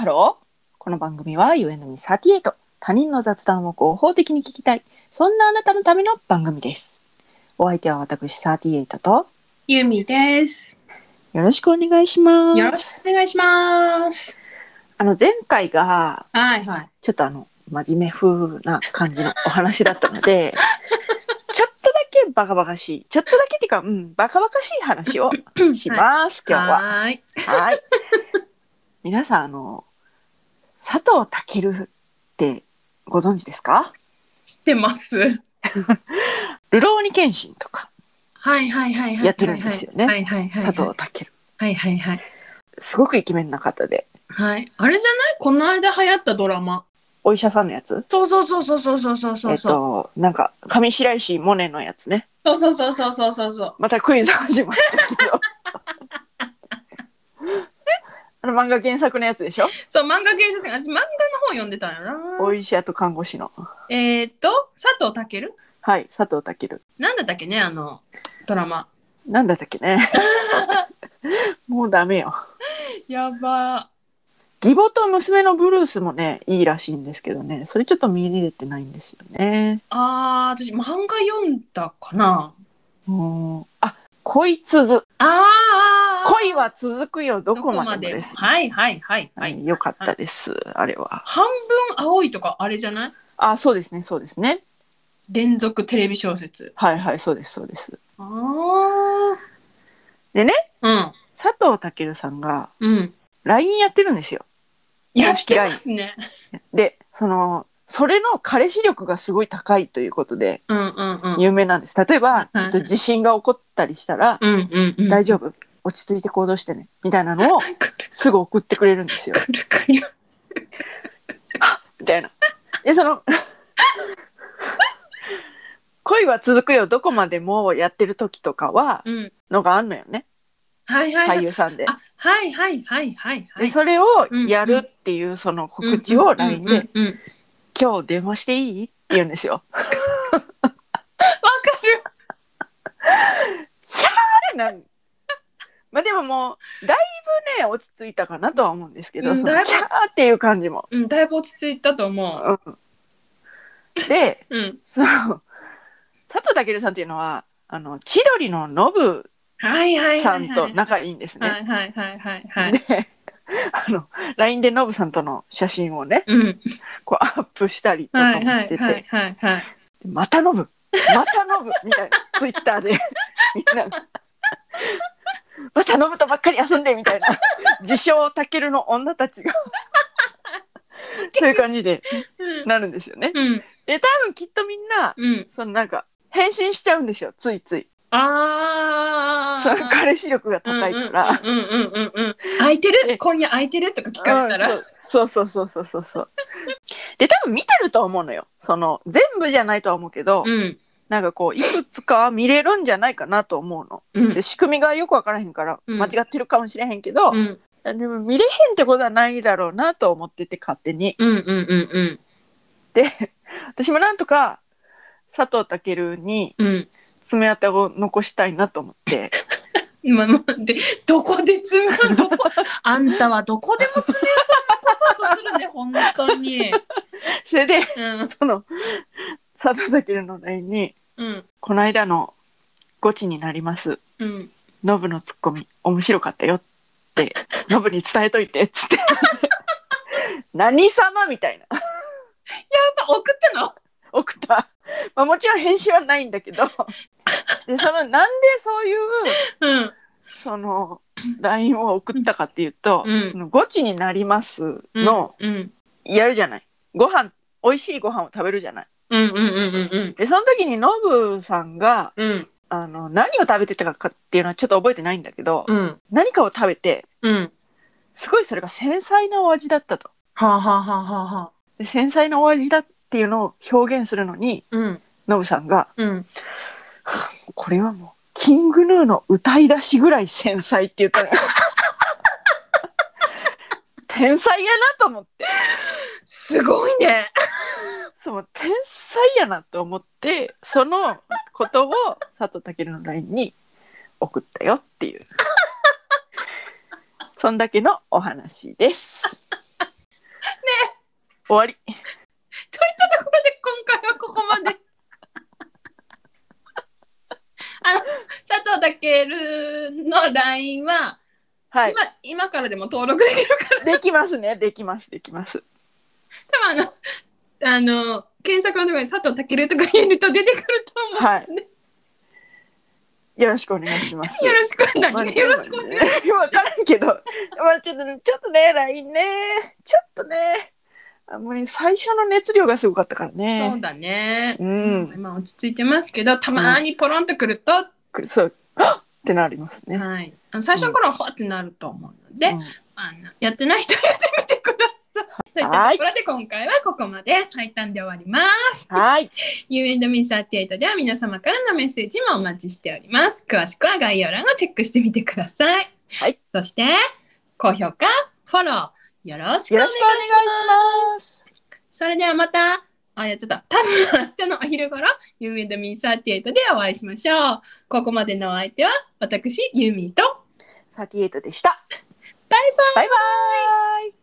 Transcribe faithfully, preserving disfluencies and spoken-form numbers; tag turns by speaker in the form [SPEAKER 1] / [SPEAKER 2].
[SPEAKER 1] ハロー。この番組は ユーエヌエムさんじゅうはち、他人の雑談を合法的に聞きたい、そんなあなたのための番組です。お相手は私さんじゅうはちと
[SPEAKER 2] ゆみです。
[SPEAKER 1] よろしくお願いします。
[SPEAKER 2] よろしくお願いします。
[SPEAKER 1] あの前回が
[SPEAKER 2] はいはい。
[SPEAKER 1] ちょっとあの真面目風な感じのお話だったのでちょっとだけバカバカしいちょっとだけっていうか、うん、バカバカしい話をします、はい、今日は。
[SPEAKER 2] はーい。
[SPEAKER 1] はい。皆さんあの佐藤健ってご存知ですか？
[SPEAKER 2] 知ってます。
[SPEAKER 1] ルローニケンシンとか
[SPEAKER 2] はいはいはいはい。
[SPEAKER 1] やってるんですよね。
[SPEAKER 2] はいはいはい。
[SPEAKER 1] 佐藤健。
[SPEAKER 2] はいはいはい。
[SPEAKER 1] すごくイケメンな方で。
[SPEAKER 2] はい。あれじゃない？この間流行ったドラマ。
[SPEAKER 1] お医者さんのやつ？
[SPEAKER 2] そうそうそうそうそうそうそうそう。
[SPEAKER 1] えっとなんか上白石萌音のやつね。
[SPEAKER 2] そうそうそうそうそうそうそう。
[SPEAKER 1] またクイズ始まったけど。あの漫画原作のやつでしょ？
[SPEAKER 2] そう、漫画原作。私漫画の方読んでたんやな。
[SPEAKER 1] お医者と看護師の。
[SPEAKER 2] えー、っと佐藤健？
[SPEAKER 1] はい、佐藤健。
[SPEAKER 2] なんだったっけね、あのドラマ。
[SPEAKER 1] なんだったっけね。もうダメよ。
[SPEAKER 2] やば。
[SPEAKER 1] 義母と娘のブルースもねいいらしいんですけどね、それちょっと見れてないんですよね。
[SPEAKER 2] あー、私漫画読んだかな。
[SPEAKER 1] うん、あ、恋続。
[SPEAKER 2] あー、
[SPEAKER 1] 恋は続くよどこまでもです。
[SPEAKER 2] はいはいはいはい、
[SPEAKER 1] はい、よかったです、はい、あれは。
[SPEAKER 2] 半分青いとかあれじゃない？
[SPEAKER 1] あ、そうですねそうですね。
[SPEAKER 2] 連続テレビ小説。
[SPEAKER 1] はいはい、そうですそうです。
[SPEAKER 2] あー。
[SPEAKER 1] でね、
[SPEAKER 2] うん。
[SPEAKER 1] 佐藤健さんが
[SPEAKER 2] うん。
[SPEAKER 1] ライン やってるんですよ。
[SPEAKER 2] やってますね。
[SPEAKER 1] で、そのそれの彼氏力がすごい高いということで有名なんです。例えば、うんうんうん、ちょっと地震が起こったりしたら、うんうんうん、大丈夫、落ち着いて行動してねみたいなのをすぐ送ってくれるんですよ。くるくるみたいな。でその恋は続くよどこまでもやってる時とかは、うん、のがあんのよね。
[SPEAKER 2] はいはいはい、
[SPEAKER 1] 俳優さんで。
[SPEAKER 2] あ、はいはいはいはい、はい、
[SPEAKER 1] でそれをやるっていうその告知を ライン で今日電話していいって言うんですよ。わか
[SPEAKER 2] る。
[SPEAKER 1] シャーなんまあでももうだいぶね落ち着いたかなとは思うんですけど、うん、そのキャーっていう感じも、
[SPEAKER 2] うん、だいぶ落ち着いたと思う、
[SPEAKER 1] うん、で、
[SPEAKER 2] うん、
[SPEAKER 1] その佐藤健さんっていうのはあの千鳥のノブさんと仲いいんですね。
[SPEAKER 2] はいはいはいはいはい。
[SPEAKER 1] であの ライン でノブさんとの写真をね、うん、こうアップしたりとかもしてて、はいはいはいはい、またノブまたノブみたいなツイッターでみんながまたノブとばっかり遊んでみたいな自称タケルの女たちがそういう感じでなるんですよね、うん、で多分きっとみんな、うん、そのなんか返信しちゃうんですよ、ついつい。あその彼氏力が高いから
[SPEAKER 2] 空いてる今夜空いてるとか聞かれたら、うん、
[SPEAKER 1] そうそうそうそうそうそうで多分見てると思うのよ、その全部じゃないとは思うけど、うん、なんかこういくつか見れるんじゃないかなと思うの、うん、で仕組みがよく分からへんから間違ってるかもしれへんけど、うん、でも見れへんってことはないだろうなと思ってて勝手に、うんうんうんうん、で私もなんとか佐藤健に爪痕を残したいなと思って、
[SPEAKER 2] 今もでどこで爪痕どこあんたはどこでも爪痕を残そうとするね本当に。
[SPEAKER 1] それで、うん、その佐藤健の ライン に、うん、この間のゴチになります、うん、ノブのツッコミ面白かったよってノブに伝えといてっつって何様みたいなや
[SPEAKER 2] ば送ったの
[SPEAKER 1] 送った、まあ、もちろん返信はないんだけどでそのなんでそういう、うん、その ライン を送ったかっていうと、うん、ゴチになりますの、うんうん、やるじゃない、ご飯美味しいご飯を食べるじゃない、うんうんうんうん、でその時にノブさんが、うん、あの何を食べてたかっていうのはちょっと覚えてないんだけど、うん、何かを食べて、うん、すごいそれが繊細なお味だったと、はあはあはあはあ、で繊細なお味だっていうのを表現するのに、うん、ノブさんが、うん、これはもうキングヌーの歌い出しぐらい繊細って言ったのよ天才やなと思って、
[SPEAKER 2] すごいね
[SPEAKER 1] そう天才やなと思って、そのことを佐藤健の ライン に送ったよっていうそんだけのお話です終わり。
[SPEAKER 2] といったところで今回はここまで。あの佐藤健の ライン は、はい、今, 今からでも登録できるから。
[SPEAKER 1] できますね、できますできます。
[SPEAKER 2] 多分あのあの検索のところに佐藤健とか入れると出てくると思う、ね。はい。
[SPEAKER 1] よろしくお願いします。
[SPEAKER 2] よろしく、何、まあ、よろしくお願いします。
[SPEAKER 1] わからんけど、まあ、ちょっとちょっとね ライン ね、ちょっとね。あんまり最初の熱量がすごかったからね。
[SPEAKER 2] そうだね。
[SPEAKER 1] うん。
[SPEAKER 2] 今落ち着いてますけど、たまにポロンとくると、
[SPEAKER 1] うん、そうってなりますね。
[SPEAKER 2] はい。あの最初の頃はほってなると思うので、うん、あのやってない人やってみてください。といったところで今回はここまで最短で終わります。
[SPEAKER 1] はい。
[SPEAKER 2] You and me サーティエイトでは皆様からのメッセージもお待ちしております。詳しくは概要欄をチェックしてみてください。はい。そして高評価、フォローよろしくお願いします。それではまた、あ、やっちゃった。多分明日のお昼頃、You and me サーティエイトでお会いしましょう。ここまでのお相手は、私、ユーミーと
[SPEAKER 1] サーティエイトでした。
[SPEAKER 2] バイバイ。
[SPEAKER 1] バイバイ。